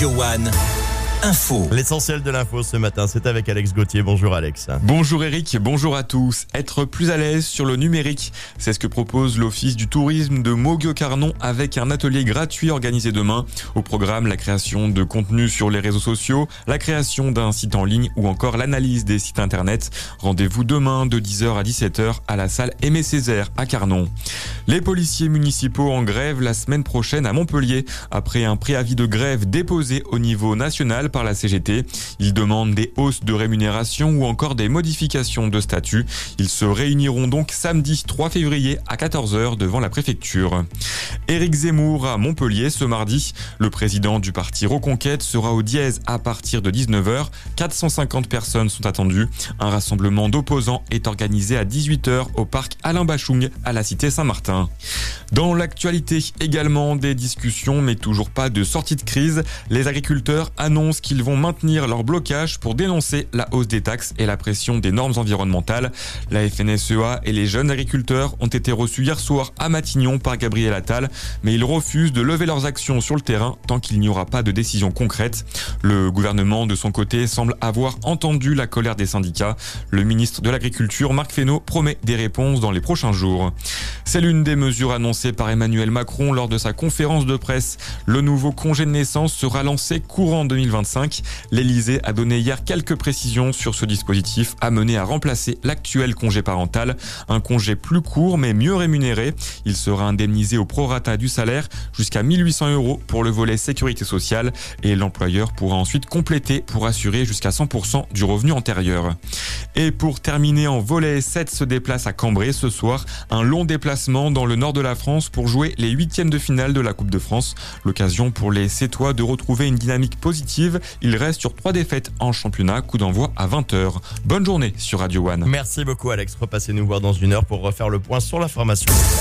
Radio One, info. L'essentiel de l'info ce matin, c'est avec Alex Gauthier. Bonjour Alex. Bonjour Eric, bonjour à tous. Être plus à l'aise sur le numérique, c'est ce que propose l'Office du tourisme de Moguio-Carnon avec un atelier gratuit organisé demain. Au programme, la création de contenu sur les réseaux sociaux, la création d'un site en ligne ou encore l'analyse des sites internet. Rendez-vous demain de 10h à 17h à la salle Aimé Césaire à Carnon. Les policiers municipaux en grève la semaine prochaine à Montpellier. Après un préavis de grève déposé au niveau national par la CGT, ils demandent des hausses de rémunération ou encore des modifications de statut. Ils se réuniront donc samedi 3 février à 14h devant la préfecture. Éric Zemmour à Montpellier ce mardi. Le président du parti Reconquête sera au dièse à partir de 19h. 450 personnes sont attendues. Un rassemblement d'opposants est organisé à 18h au parc Alain Bachung à la cité Saint-Martin. Dans l'actualité également des discussions mais toujours pas de sortie de crise. Les agriculteurs annoncent qu'ils vont maintenir leur blocage pour dénoncer la hausse des taxes et la pression des normes environnementales. La FNSEA et les jeunes agriculteurs ont été reçus hier soir à Matignon par Gabriel Attal, mais ils refusent de lever leurs actions sur le terrain tant qu'il n'y aura pas de décision concrète. Le gouvernement, de son côté, semble avoir entendu la colère des syndicats. Le ministre de l'Agriculture, Marc Fesneau, promet des réponses dans les prochains jours. C'est l'une des mesures annoncées par Emmanuel Macron lors de sa conférence de presse. Le nouveau congé de naissance sera lancé courant 2025. L'Elysée a donné hier quelques précisions sur ce dispositif amené à remplacer l'actuel congé parental. Un congé plus court mais mieux rémunéré. Il sera indemnisé au prorata du salaire jusqu'à 1 800 € pour le volet sécurité sociale et l'employeur pourra ensuite compléter pour assurer jusqu'à 100% du revenu antérieur. Et pour terminer en volley, 7 se déplace à Cambrai ce soir. Un long déplacement dans le nord de la France pour jouer les 8e de finale de la Coupe de France. L'occasion pour les Sétois de retrouver une dynamique positive. Ils restent sur 3 défaites en championnat. Coup d'envoi à 20h. Bonne journée sur Radio One. Merci beaucoup Alex. Repassez nous voir dans une heure pour refaire le point sur l'information.